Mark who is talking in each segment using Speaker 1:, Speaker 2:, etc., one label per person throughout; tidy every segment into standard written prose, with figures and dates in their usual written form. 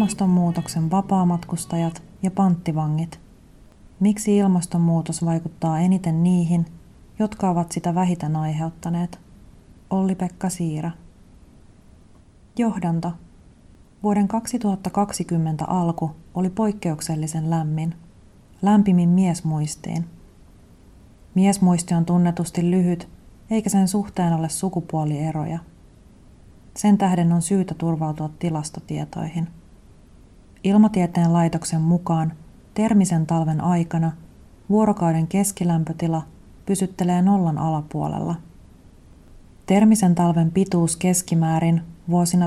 Speaker 1: ilmastonmuutoksen vapaamatkustajat ja panttivangit. Miksi ilmastonmuutos vaikuttaa eniten niihin, jotka ovat sitä vähiten aiheuttaneet? Olli-Pekka Siirä. Johdanto. Vuoden 2020 alku oli poikkeuksellisen lämmin. Lämpimin miesmuistiin. Miesmuisti on tunnetusti lyhyt, eikä sen suhteen ole sukupuolieroja. Sen tähden on syytä turvautua tilastotietoihin. Ilmatieteen laitoksen mukaan termisen talven aikana vuorokauden keskilämpötila pysyttelee nollan alapuolella. Termisen talven pituus keskimäärin vuosina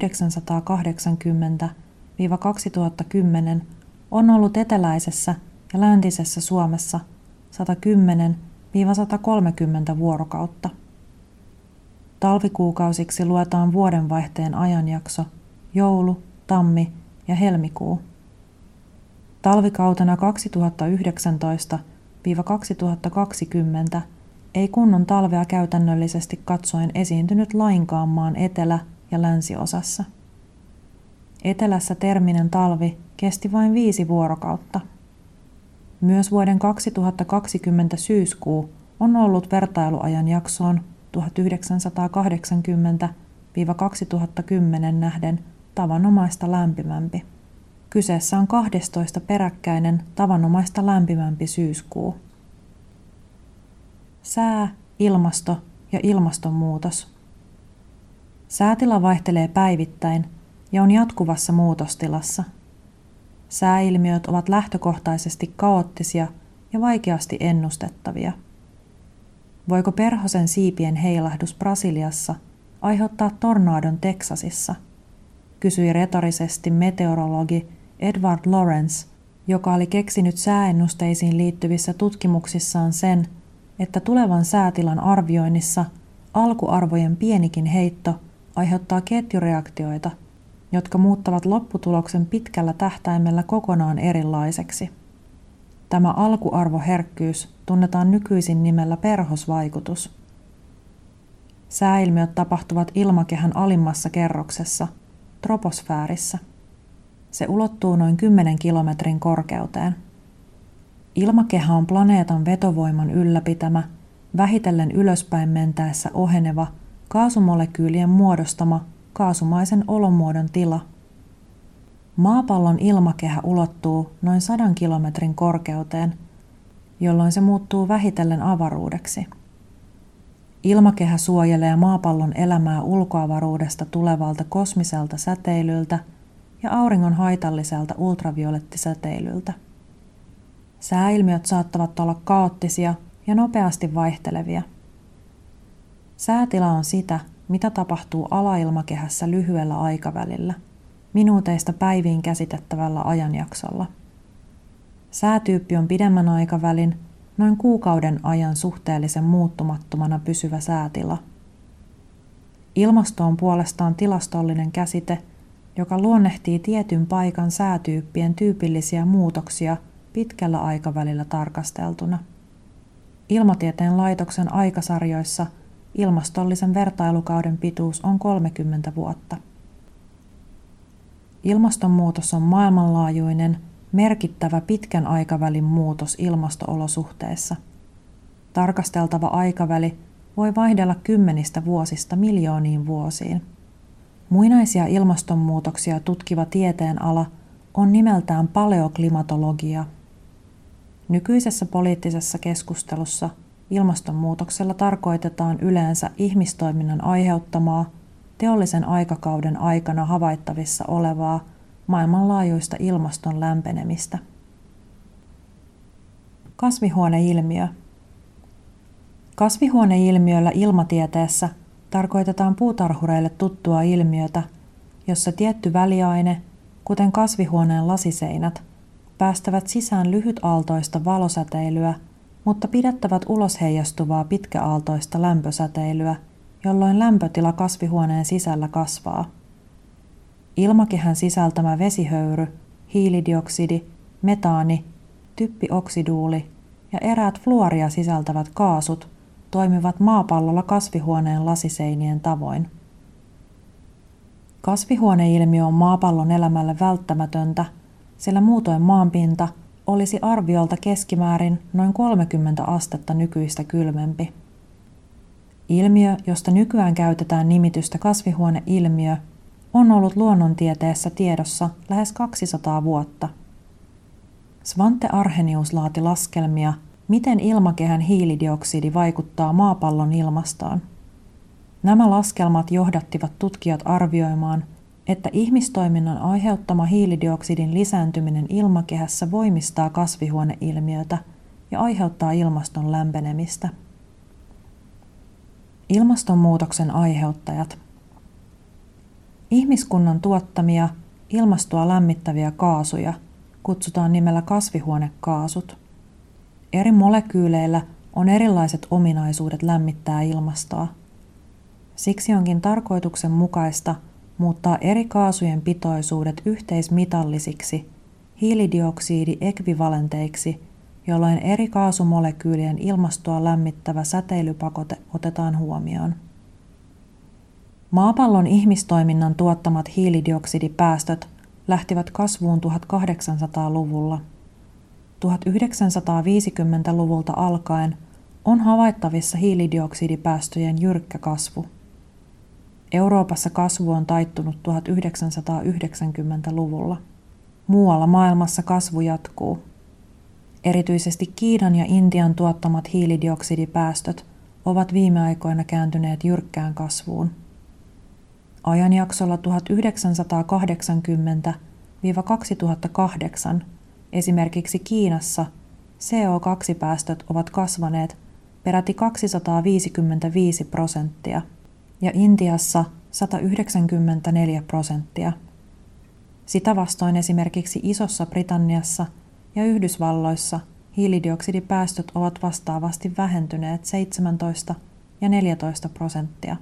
Speaker 1: 1980–2010 on ollut eteläisessä ja läntisessä Suomessa 110–130 vuorokautta. Talvikuukausiksi luetaan vuodenvaihteen ajanjakso joulu, tammi ja helmikuu. Talvikautena 2019–2020 ei kunnon talvea käytännöllisesti katsoen esiintynyt lainkaan maan etelä- ja länsiosassa. Etelässä terminen talvi kesti vain 5 vuorokautta. Myös vuoden 2020 syyskuu on ollut vertailuajan jaksoon 1980–2010 nähden tavanomaista lämpimämpi. Kyseessä on 12 peräkkäinen tavanomaista lämpimämpi syyskuu. Sää, ilmasto ja ilmastonmuutos. Säätila vaihtelee päivittäin ja on jatkuvassa muutostilassa. Sääilmiöt ovat lähtökohtaisesti kaoottisia ja vaikeasti ennustettavia. Voiko perhosen siipien heilahdus Brasiliassa aiheuttaa tornadon Teksasissa? Kysyi retorisesti meteorologi Edward Lorenz, joka oli keksinyt sääennusteisiin liittyvissä tutkimuksissaan sen, että tulevan säätilan arvioinnissa alkuarvojen pienikin heitto aiheuttaa ketjureaktioita, jotka muuttavat lopputuloksen pitkällä tähtäimellä kokonaan erilaiseksi. Tämä alkuarvoherkkyys tunnetaan nykyisin nimellä perhosvaikutus. Sääilmiöt tapahtuvat ilmakehän alimmassa kerroksessa, troposfäärissä. Se ulottuu noin 10 kilometrin korkeuteen. Ilmakehä on planeetan vetovoiman ylläpitämä, vähitellen ylöspäin mentäessä oheneva, kaasumolekyylien muodostama kaasumaisen olomuodon tila. Maapallon ilmakehä ulottuu noin 100 kilometrin korkeuteen, jolloin se muuttuu vähitellen avaruudeksi. Ilmakehä suojelee maapallon elämää ulkoavaruudesta tulevalta kosmiselta säteilyltä ja auringon haitalliselta ultraviolettisäteilyltä. Sääilmiöt saattavat olla kaoottisia ja nopeasti vaihtelevia. Säätila on sitä, mitä tapahtuu alailmakehässä lyhyellä aikavälillä, minuuteista päiviin käsitettävällä ajanjaksolla. Säätyyppi on pidemmän aikavälin, noin kuukauden ajan suhteellisen muuttumattomana pysyvä säätila. Ilmasto on puolestaan tilastollinen käsite, joka luonnehtii tietyn paikan säätyyppien tyypillisiä muutoksia pitkällä aikavälillä tarkasteltuna. Ilmatieteen laitoksen aikasarjoissa ilmastollisen vertailukauden pituus on 30 vuotta. Ilmastonmuutos on maailmanlaajuinen, merkittävä pitkän aikavälin muutos ilmasto-olosuhteissa. Tarkasteltava aikaväli voi vaihdella kymmenistä vuosista miljooniin vuosiin. Muinaisia ilmastonmuutoksia tutkiva tieteenala on nimeltään paleoklimatologia. Nykyisessä poliittisessa keskustelussa ilmastonmuutoksella tarkoitetaan yleensä ihmistoiminnan aiheuttamaa, teollisen aikakauden aikana havaittavissa olevaa maailmanlaajuista ilmaston lämpenemistä. Kasvihuoneilmiö. Kasvihuoneilmiöllä ilmatieteessä tarkoitetaan puutarhureille tuttua ilmiötä, jossa tietty väliaine, kuten kasvihuoneen lasiseinät, päästävät sisään lyhytaaltoista valosäteilyä, mutta pidättävät ulos heijastuvaa pitkäaaltoista lämpösäteilyä, jolloin lämpötila kasvihuoneen sisällä kasvaa. Ilmakehän sisältämä vesihöyry, hiilidioksidi, metaani, typpioksiduuli ja eräät fluoria sisältävät kaasut toimivat maapallolla kasvihuoneen lasiseinien tavoin. Kasvihuoneilmiö on maapallon elämälle välttämätöntä, sillä muutoin maanpinta olisi arviolta keskimäärin noin 30 astetta nykyistä kylmempi. Ilmiö, josta nykyään käytetään nimitystä kasvihuoneilmiö, on ollut luonnontieteessä tiedossa lähes 200 vuotta. Svante Arrhenius laati laskelmia, miten ilmakehän hiilidioksidi vaikuttaa maapallon ilmastoon. Nämä laskelmat johdattivat tutkijat arvioimaan, että ihmistoiminnan aiheuttama hiilidioksidin lisääntyminen ilmakehässä voimistaa kasvihuoneilmiötä ja aiheuttaa ilmaston lämpenemistä. Ilmastonmuutoksen aiheuttajat. Ihmiskunnan tuottamia ilmastoa lämmittäviä kaasuja kutsutaan nimellä kasvihuonekaasut. Eri molekyyleillä on erilaiset ominaisuudet lämmittää ilmastoa. Siksi onkin tarkoituksenmukaista muuttaa eri kaasujen pitoisuudet yhteismitallisiksi hiilidioksidi-ekvivalenteiksi, jolloin eri kaasumolekyylien ilmastoa lämmittävä säteilypakote otetaan huomioon. Maapallon ihmistoiminnan tuottamat hiilidioksidipäästöt lähtivät kasvuun 1800-luvulla. 1950-luvulta alkaen on havaittavissa hiilidioksidipäästöjen jyrkkä kasvu. Euroopassa kasvu on taittunut 1990-luvulla. Muualla maailmassa kasvu jatkuu. Erityisesti Kiinan ja Intian tuottamat hiilidioksidipäästöt ovat viime aikoina kääntyneet jyrkkään kasvuun. Ajanjaksolla 1980–2008 esimerkiksi Kiinassa CO2-päästöt ovat kasvaneet peräti 255% ja Intiassa 194%. Sitä vastoin esimerkiksi Isossa Britanniassa ja Yhdysvalloissa hiilidioksidipäästöt ovat vastaavasti vähentyneet 17% ja 14%.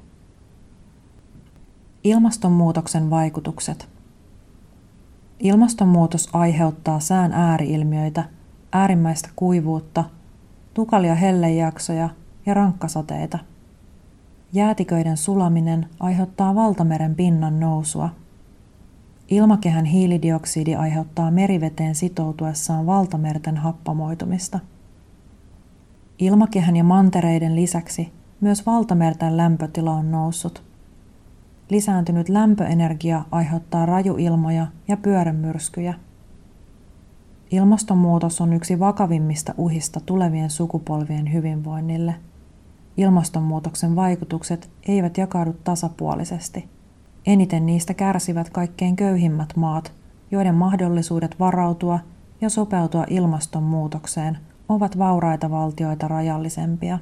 Speaker 1: Ilmastonmuutoksen vaikutukset. Ilmastonmuutos aiheuttaa sään ääriilmiöitä, äärimmäistä kuivuutta, tukalia hellejaksoja ja rankkasateita. Jäätiköiden sulaminen aiheuttaa valtameren pinnan nousua. Ilmakehän hiilidioksidi aiheuttaa meriveteen sitoutuessaan valtamerten happamoitumista. Ilmakehän ja mantereiden lisäksi myös valtamerten lämpötila on noussut. Lisääntynyt lämpöenergia aiheuttaa rajuilmoja ja pyörremyrskyjä. Ilmastonmuutos on yksi vakavimmista uhista tulevien sukupolvien hyvinvoinnille. Ilmastonmuutoksen vaikutukset eivät jakaudu tasapuolisesti. Eniten niistä kärsivät kaikkein köyhimmät maat, joiden mahdollisuudet varautua ja sopeutua ilmastonmuutokseen ovat vauraita valtioita rajallisempia.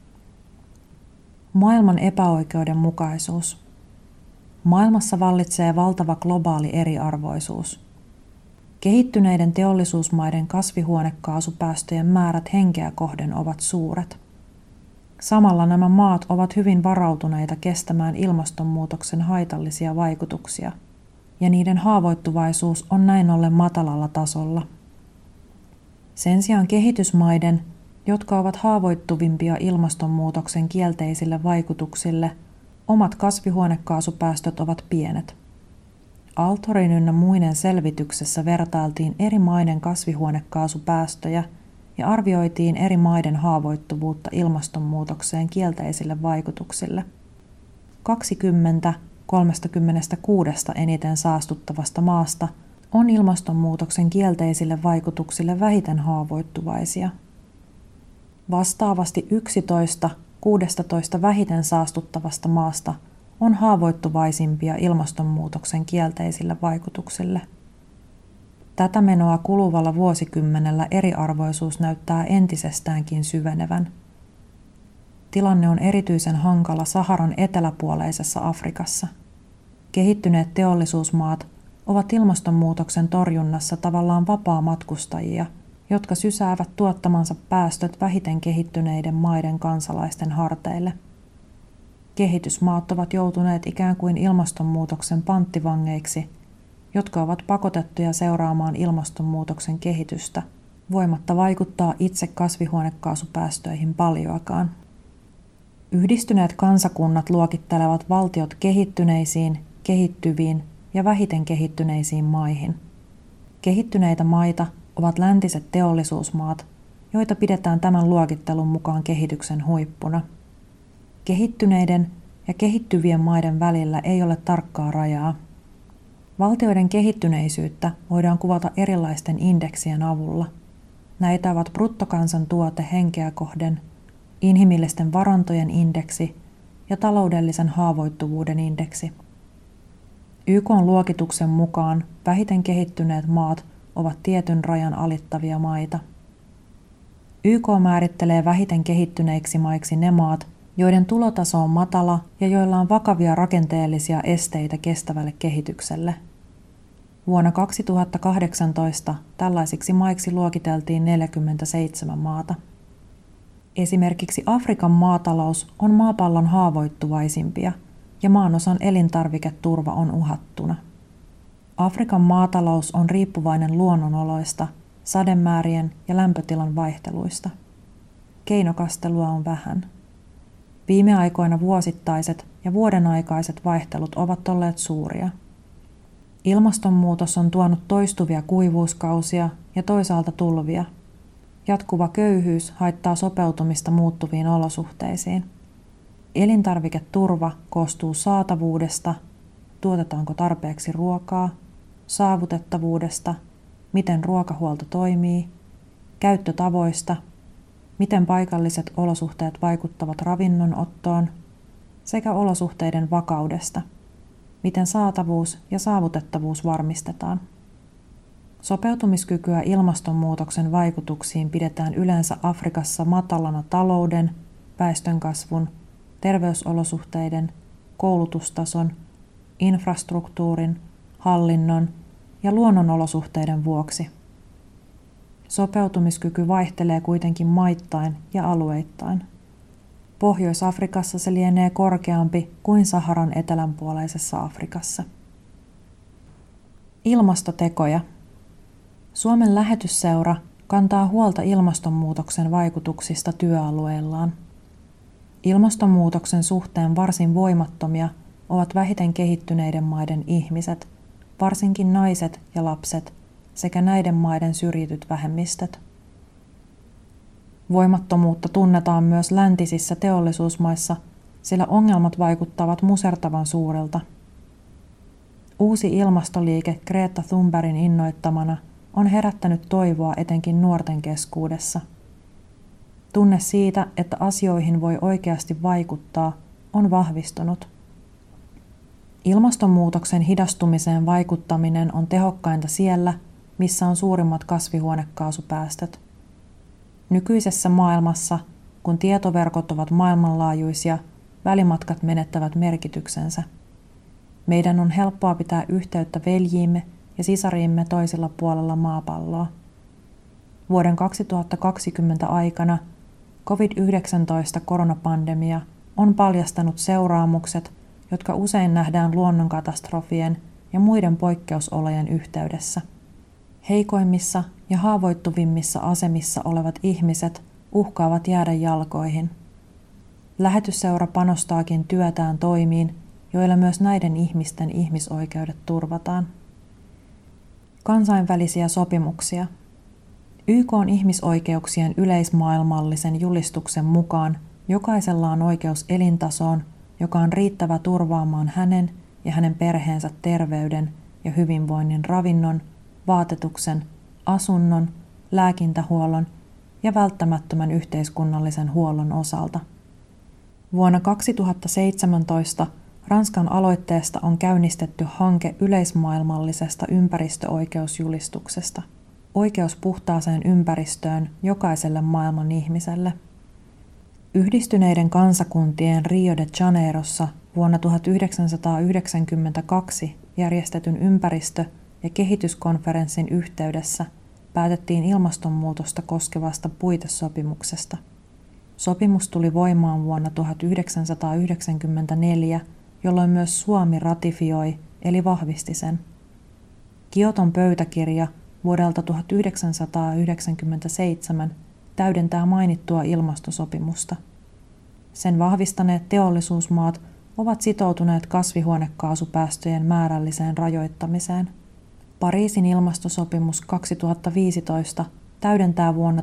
Speaker 1: Maailman epäoikeudenmukaisuus. Maailmassa vallitsee valtava globaali eriarvoisuus. Kehittyneiden teollisuusmaiden kasvihuonekaasupäästöjen määrät henkeä kohden ovat suuret. Samalla nämä maat ovat hyvin varautuneita kestämään ilmastonmuutoksen haitallisia vaikutuksia, ja niiden haavoittuvaisuus on näin ollen matalalla tasolla. Sen sijaan kehitysmaiden, jotka ovat haavoittuvimpia ilmastonmuutoksen kielteisille vaikutuksille, omat kasvihuonekaasupäästöt ovat pienet. Aaltorin ynnä muiden selvityksessä vertailtiin eri maiden kasvihuonekaasupäästöjä ja arvioitiin eri maiden haavoittuvuutta ilmastonmuutokseen kielteisille vaikutuksille. 20 36 eniten saastuttavasta maasta on ilmastonmuutoksen kielteisille vaikutuksille vähiten haavoittuvaisia. Vastaavasti 11 16 vähiten saastuttavasta maasta on haavoittuvaisimpia ilmastonmuutoksen kielteisille vaikutuksille. Tätä menoa kuluvalla vuosikymmenellä eriarvoisuus näyttää entisestäänkin syvenevän. Tilanne on erityisen hankala Saharan eteläpuoleisessa Afrikassa. Kehittyneet teollisuusmaat ovat ilmastonmuutoksen torjunnassa tavallaan vapaamatkustajia, jotka sysäävät tuottamansa päästöt vähiten kehittyneiden maiden kansalaisten harteille. Kehitysmaat ovat joutuneet ikään kuin ilmastonmuutoksen panttivangeiksi, jotka ovat pakotettuja seuraamaan ilmastonmuutoksen kehitystä, voimatta vaikuttaa itse kasvihuonekaasupäästöihin paljoakaan. Yhdistyneet kansakunnat luokittelevat valtiot kehittyneisiin, kehittyviin ja vähiten kehittyneisiin maihin. Kehittyneitä maita ovat läntiset teollisuusmaat, joita pidetään tämän luokittelun mukaan kehityksen huippuna. Kehittyneiden ja kehittyvien maiden välillä ei ole tarkkaa rajaa. Valtioiden kehittyneisyyttä voidaan kuvata erilaisten indeksien avulla. Näitä ovat bruttokansantuote henkeä kohden, inhimillisten varantojen indeksi ja taloudellisen haavoittuvuuden indeksi. YK:n luokituksen mukaan vähiten kehittyneet maat ovat tietyn rajan alittavia maita. YK määrittelee vähiten kehittyneiksi maiksi ne maat, joiden tulotaso on matala ja joilla on vakavia rakenteellisia esteitä kestävälle kehitykselle. Vuonna 2018 tällaisiksi maiksi luokiteltiin 47 maata. Esimerkiksi Afrikan maatalous on maapallon haavoittuvaisimpia ja maanosan elintarviketurva on uhattuna. Afrikan maatalous on riippuvainen luonnonoloista, sademäärien ja lämpötilan vaihteluista. Keinokastelua on vähän. Viime aikoina vuosittaiset ja vuodenaikaiset vaihtelut ovat olleet suuria. Ilmastonmuutos on tuonut toistuvia kuivuuskausia ja toisaalta tulvia. Jatkuva köyhyys haittaa sopeutumista muuttuviin olosuhteisiin. Elintarviketurva koostuu saatavuudesta, tuotetaanko tarpeeksi ruokaa, saavutettavuudesta, miten ruokahuolto toimii, käyttötavoista, miten paikalliset olosuhteet vaikuttavat ravinnonottoon, sekä olosuhteiden vakaudesta, miten saatavuus ja saavutettavuus varmistetaan. Sopeutumiskykyä ilmastonmuutoksen vaikutuksiin pidetään yleensä Afrikassa matalana talouden, väestönkasvun, terveysolosuhteiden, koulutustason, infrastruktuurin, hallinnon ja luonnonolosuhteiden vuoksi. Sopeutumiskyky vaihtelee kuitenkin maittain ja alueittain. Pohjois-Afrikassa se lienee korkeampi kuin Saharan etelänpuoleisessa Afrikassa. Ilmastotekoja. Suomen lähetysseura kantaa huolta ilmastonmuutoksen vaikutuksista työalueillaan. Ilmastonmuutoksen suhteen varsin voimattomia ovat vähiten kehittyneiden maiden ihmiset, varsinkin naiset ja lapset, sekä näiden maiden syrjityt vähemmistöt. Voimattomuutta tunnetaan myös läntisissä teollisuusmaissa, sillä ongelmat vaikuttavat musertavan suurelta. Uusi ilmastoliike Greta Thunbergin innoittamana on herättänyt toivoa etenkin nuorten keskuudessa. Tunne siitä, että asioihin voi oikeasti vaikuttaa, on vahvistunut. Ilmastonmuutoksen hidastumiseen vaikuttaminen on tehokkainta siellä, missä on suurimmat kasvihuonekaasupäästöt. Nykyisessä maailmassa, kun tietoverkot ovat maailmanlaajuisia, välimatkat menettävät merkityksensä. Meidän on helppoa pitää yhteyttä veljiimme ja sisariimme toisella puolella maapalloa. Vuoden 2020 aikana COVID-19-koronapandemia on paljastanut seuraamukset, jotka usein nähdään luonnonkatastrofien ja muiden poikkeusolojen yhteydessä. Heikoimmissa ja haavoittuvimmissa asemissa olevat ihmiset uhkaavat jäädä jalkoihin. Lähetysseura panostaakin työtään toimiin, joilla myös näiden ihmisten ihmisoikeudet turvataan. Kansainvälisiä sopimuksia. YK:n ihmisoikeuksien yleismaailmallisen julistuksen mukaan jokaisella on oikeus elintasoon, joka on riittävä turvaamaan hänen ja hänen perheensä terveyden ja hyvinvoinnin ravinnon, vaatetuksen, asunnon, lääkintähuollon ja välttämättömän yhteiskunnallisen huollon osalta. Vuonna 2017 Ranskan aloitteesta on käynnistetty hanke yleismaailmallisesta ympäristöoikeusjulistuksesta. Oikeus puhtaaseen ympäristöön jokaiselle maailman ihmiselle. Yhdistyneiden kansakuntien Rio de Janeirossa vuonna 1992 järjestetyn ympäristö- ja kehityskonferenssin yhteydessä päätettiin ilmastonmuutosta koskevasta puitesopimuksesta. Sopimus tuli voimaan vuonna 1994, jolloin myös Suomi ratifioi eli vahvisti sen. Kioton pöytäkirja vuodelta 1997 täydentää mainittua ilmastosopimusta. Sen vahvistaneet teollisuusmaat ovat sitoutuneet kasvihuonekaasupäästöjen määrälliseen rajoittamiseen. Pariisin ilmastosopimus 2015 täydentää vuonna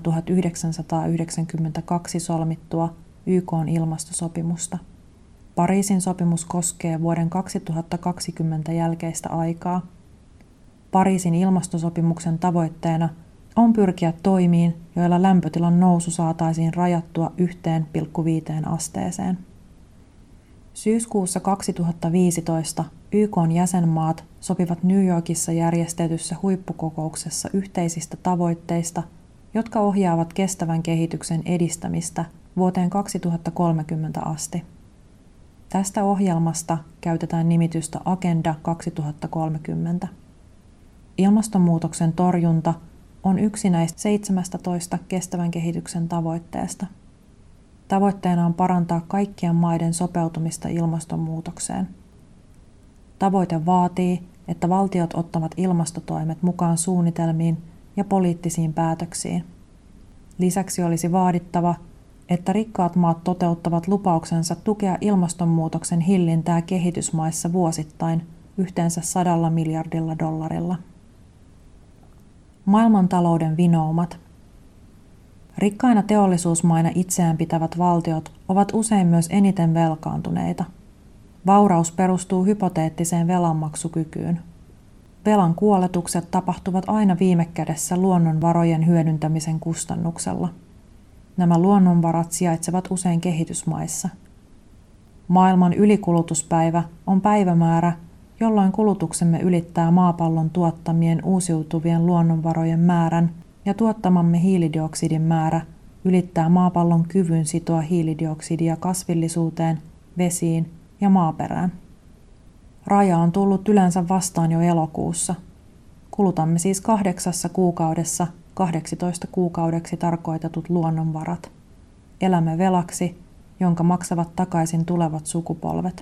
Speaker 1: 1992 solmittua YK:n ilmastosopimusta. Pariisin sopimus koskee vuoden 2020 jälkeistä aikaa. Pariisin ilmastosopimuksen tavoitteena on pyrkiä toimiin, joilla lämpötilan nousu saataisiin rajattua 1,5 asteeseen. Syyskuussa 2015 YK:n jäsenmaat sopivat New Yorkissa järjestetyssä huippukokouksessa yhteisistä tavoitteista, jotka ohjaavat kestävän kehityksen edistämistä vuoteen 2030 asti. Tästä ohjelmasta käytetään nimitystä Agenda 2030. Ilmastonmuutoksen torjunta on yksi näistä 17 kestävän kehityksen tavoitteesta. Tavoitteena on parantaa kaikkien maiden sopeutumista ilmastonmuutokseen. Tavoite vaatii, että valtiot ottavat ilmastotoimet mukaan suunnitelmiin ja poliittisiin päätöksiin. Lisäksi olisi vaadittava, että rikkaat maat toteuttavat lupauksensa tukea ilmastonmuutoksen hillintää kehitysmaissa vuosittain yhteensä $100 miljardilla. Maailmantalouden vinoumat. Rikkaina teollisuusmaina itseään pitävät valtiot ovat usein myös eniten velkaantuneita. Vauraus perustuu hypoteettiseen velanmaksukykyyn. Velan kuoletukset tapahtuvat aina viime kädessä luonnonvarojen hyödyntämisen kustannuksella. Nämä luonnonvarat sijaitsevat usein kehitysmaissa. Maailman ylikulutuspäivä on päivämäärä, jolloin kulutuksemme ylittää maapallon tuottamien uusiutuvien luonnonvarojen määrän ja tuottamamme hiilidioksidin määrä ylittää maapallon kyvyn sitoa hiilidioksidia kasvillisuuteen, vesiin ja maaperään. Raja on tullut yleensä vastaan jo elokuussa. Kulutamme siis 8 kuukaudessa 18 kuukaudeksi tarkoitetut luonnonvarat. Elämme velaksi, jonka maksavat takaisin tulevat sukupolvet.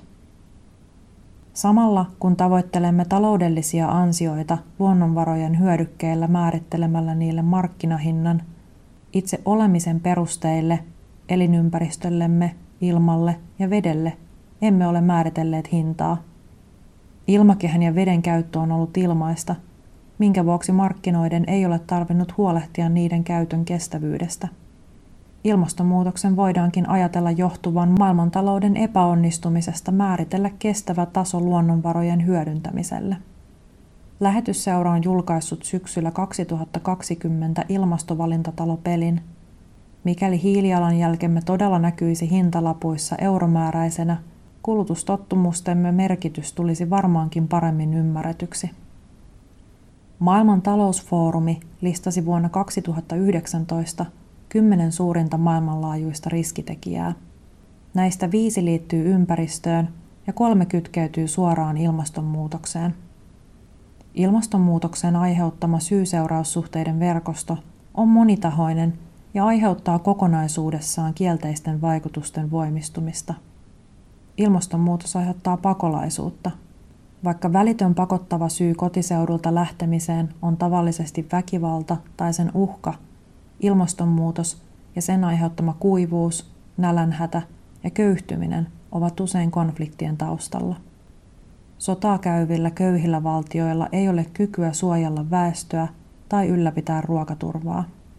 Speaker 1: Samalla kun tavoittelemme taloudellisia ansioita luonnonvarojen hyödykkeillä määrittelemällä niille markkinahinnan, itse olemisen perusteille, elinympäristöllemme, ilmalle ja vedelle emme ole määritelleet hintaa. Ilmakehän ja veden käyttö on ollut ilmaista, minkä vuoksi markkinoiden ei ole tarvinnut huolehtia niiden käytön kestävyydestä. Ilmastonmuutoksen voidaankin ajatella johtuvan maailmantalouden epäonnistumisesta määritellä kestävä taso luonnonvarojen hyödyntämiselle. Lähetysseura on julkaissut syksyllä 2020 ilmastovalintatalopelin. Mikäli hiilijalanjälkemme todella näkyisi hintalapuissa euromääräisenä, kulutustottumustemme merkitys tulisi varmaankin paremmin ymmärretyksi. Maailman talousfoorumi listasi vuonna 2019 10 suurinta maailmanlaajuista riskitekijää. Näistä 5 liittyy ympäristöön ja 3 kytkeytyy suoraan ilmastonmuutokseen. Ilmastonmuutoksen aiheuttama syy-seuraussuhteiden verkosto on monitahoinen ja aiheuttaa kokonaisuudessaan kielteisten vaikutusten voimistumista. Ilmastonmuutos aiheuttaa pakolaisuutta. Vaikka välitön pakottava syy kotiseudulta lähtemiseen on tavallisesti väkivalta tai sen uhka, ilmastonmuutos ja sen aiheuttama kuivuus, nälänhätä ja köyhtyminen ovat usein konfliktien taustalla. Sotaa käyvillä köyhillä valtioilla ei ole kykyä suojella väestöä tai ylläpitää ruokaturvaa.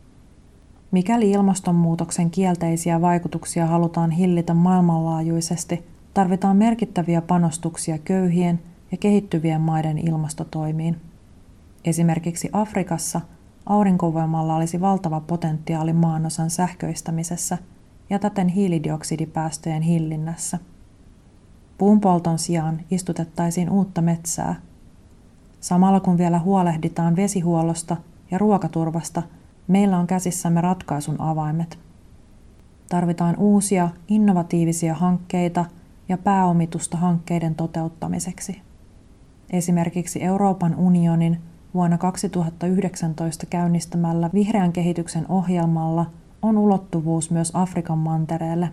Speaker 1: Mikäli ilmastonmuutoksen kielteisiä vaikutuksia halutaan hillitä maailmanlaajuisesti, tarvitaan merkittäviä panostuksia köyhien ja kehittyvien maiden ilmastotoimiin. Esimerkiksi Afrikassa aurinkovoimalla olisi valtava potentiaali maanosan sähköistämisessä ja täten hiilidioksidipäästöjen hillinnässä. Puunpolton sijaan istutettaisiin uutta metsää. Samalla kun vielä huolehditaan vesihuollosta ja ruokaturvasta, meillä on käsissämme ratkaisun avaimet. Tarvitaan uusia, innovatiivisia hankkeita ja pääomitusta hankkeiden toteuttamiseksi. Esimerkiksi Euroopan unionin vuonna 2019 käynnistämällä vihreän kehityksen ohjelmalla on ulottuvuus myös Afrikan mantereelle.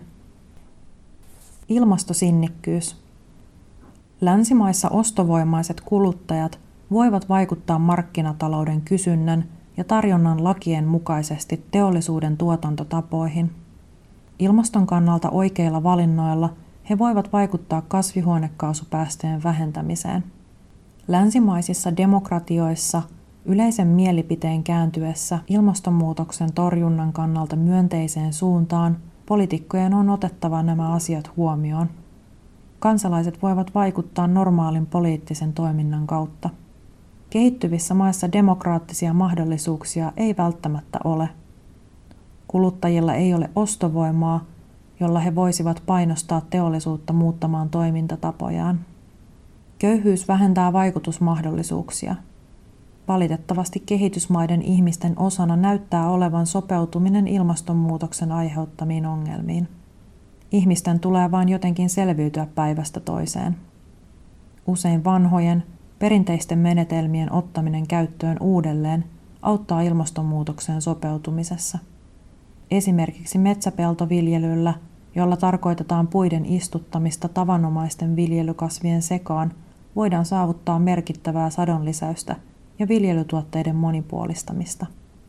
Speaker 1: Ilmastosinnikkyys. Länsimaissa ostovoimaiset kuluttajat voivat vaikuttaa markkinatalouden kysynnän ja tarjonnan lakien mukaisesti teollisuuden tuotantotapoihin. Ilmaston kannalta oikeilla valinnoilla he voivat vaikuttaa kasvihuonekaasupäästöjen vähentämiseen. Länsimaisissa demokratioissa yleisen mielipiteen kääntyessä ilmastonmuutoksen torjunnan kannalta myönteiseen suuntaan poliitikkojen on otettava nämä asiat huomioon. Kansalaiset voivat vaikuttaa normaalin poliittisen toiminnan kautta. Kehittyvissä maissa demokraattisia mahdollisuuksia ei välttämättä ole. Kuluttajilla ei ole ostovoimaa, jolla he voisivat painostaa teollisuutta muuttamaan toimintatapojaan. Köyhyys vähentää vaikutusmahdollisuuksia. Valitettavasti kehitysmaiden ihmisten osana näyttää olevan sopeutuminen ilmastonmuutoksen aiheuttamiin ongelmiin. Ihmisten tulee vain jotenkin selviytyä päivästä toiseen. Usein vanhojen, perinteisten menetelmien ottaminen käyttöön uudelleen auttaa ilmastonmuutokseen sopeutumisessa. Esimerkiksi metsäpeltoviljelyllä, jolla tarkoitetaan puiden istuttamista tavanomaisten viljelykasvien sekaan, voidaan saavuttaa merkittävää sadonlisäystä ja viljelytuotteiden monipuolistamista.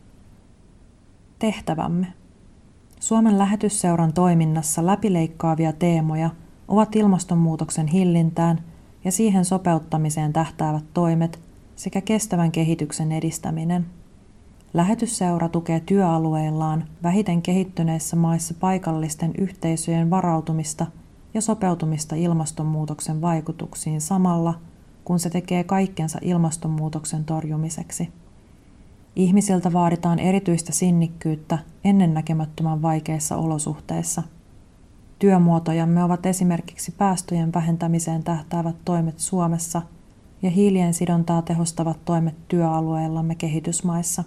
Speaker 1: Tehtävämme. Suomen Lähetysseuran toiminnassa läpileikkaavia teemoja ovat ilmastonmuutoksen hillintään ja siihen sopeuttamiseen tähtäävät toimet sekä kestävän kehityksen edistäminen. Lähetysseura tukee työalueillaan vähiten kehittyneissä maissa paikallisten yhteisöjen varautumista ja sopeutumista ilmastonmuutoksen vaikutuksiin samalla, kun se tekee kaikkensa ilmastonmuutoksen torjumiseksi. Ihmisiltä vaaditaan erityistä sinnikkyyttä ennennäkemättömän vaikeissa olosuhteissa. Työmuotojamme ovat esimerkiksi päästöjen vähentämiseen tähtäävät toimet Suomessa ja hiilien sidontaa tehostavat toimet työalueillamme kehitysmaissa.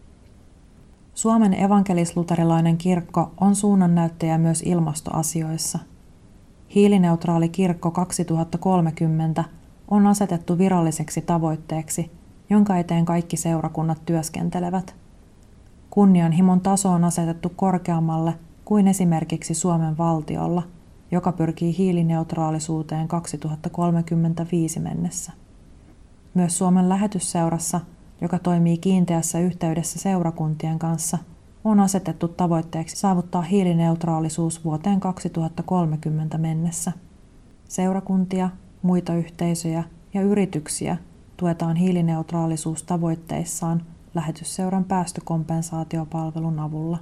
Speaker 1: Suomen evankelis-luterilainen kirkko on suunnannäyttäjä myös ilmastoasioissa. Hiilineutraali kirkko 2030 on asetettu viralliseksi tavoitteeksi, jonka eteen kaikki seurakunnat työskentelevät. Kunnianhimon taso on asetettu korkeammalle kuin esimerkiksi Suomen valtiolla, joka pyrkii hiilineutraalisuuteen 2035 mennessä. Myös Suomen Lähetysseurassa, joka toimii kiinteässä yhteydessä seurakuntien kanssa, on asetettu tavoitteeksi saavuttaa hiilineutraalisuus vuoteen 2030 mennessä. Seurakuntia, muita yhteisöjä ja yrityksiä tuetaan hiilineutraalisuustavoitteissaan Lähetysseuran päästökompensaatiopalvelun avulla.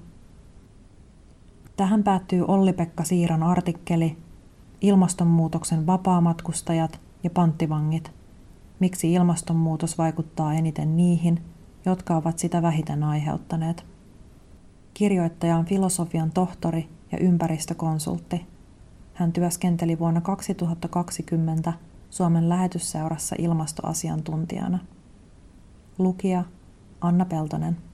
Speaker 1: Tähän päättyy Olli-Pekka Siiran artikkeli Ilmastonmuutoksen vapaamatkustajat ja panttivangit. Miksi ilmastonmuutos vaikuttaa eniten niihin, jotka ovat sitä vähiten aiheuttaneet. Kirjoittaja on filosofian tohtori ja ympäristökonsultti. Hän työskenteli vuonna 2020 Suomen Lähetysseurassa ilmastoasiantuntijana. Lukija Anna Peltonen.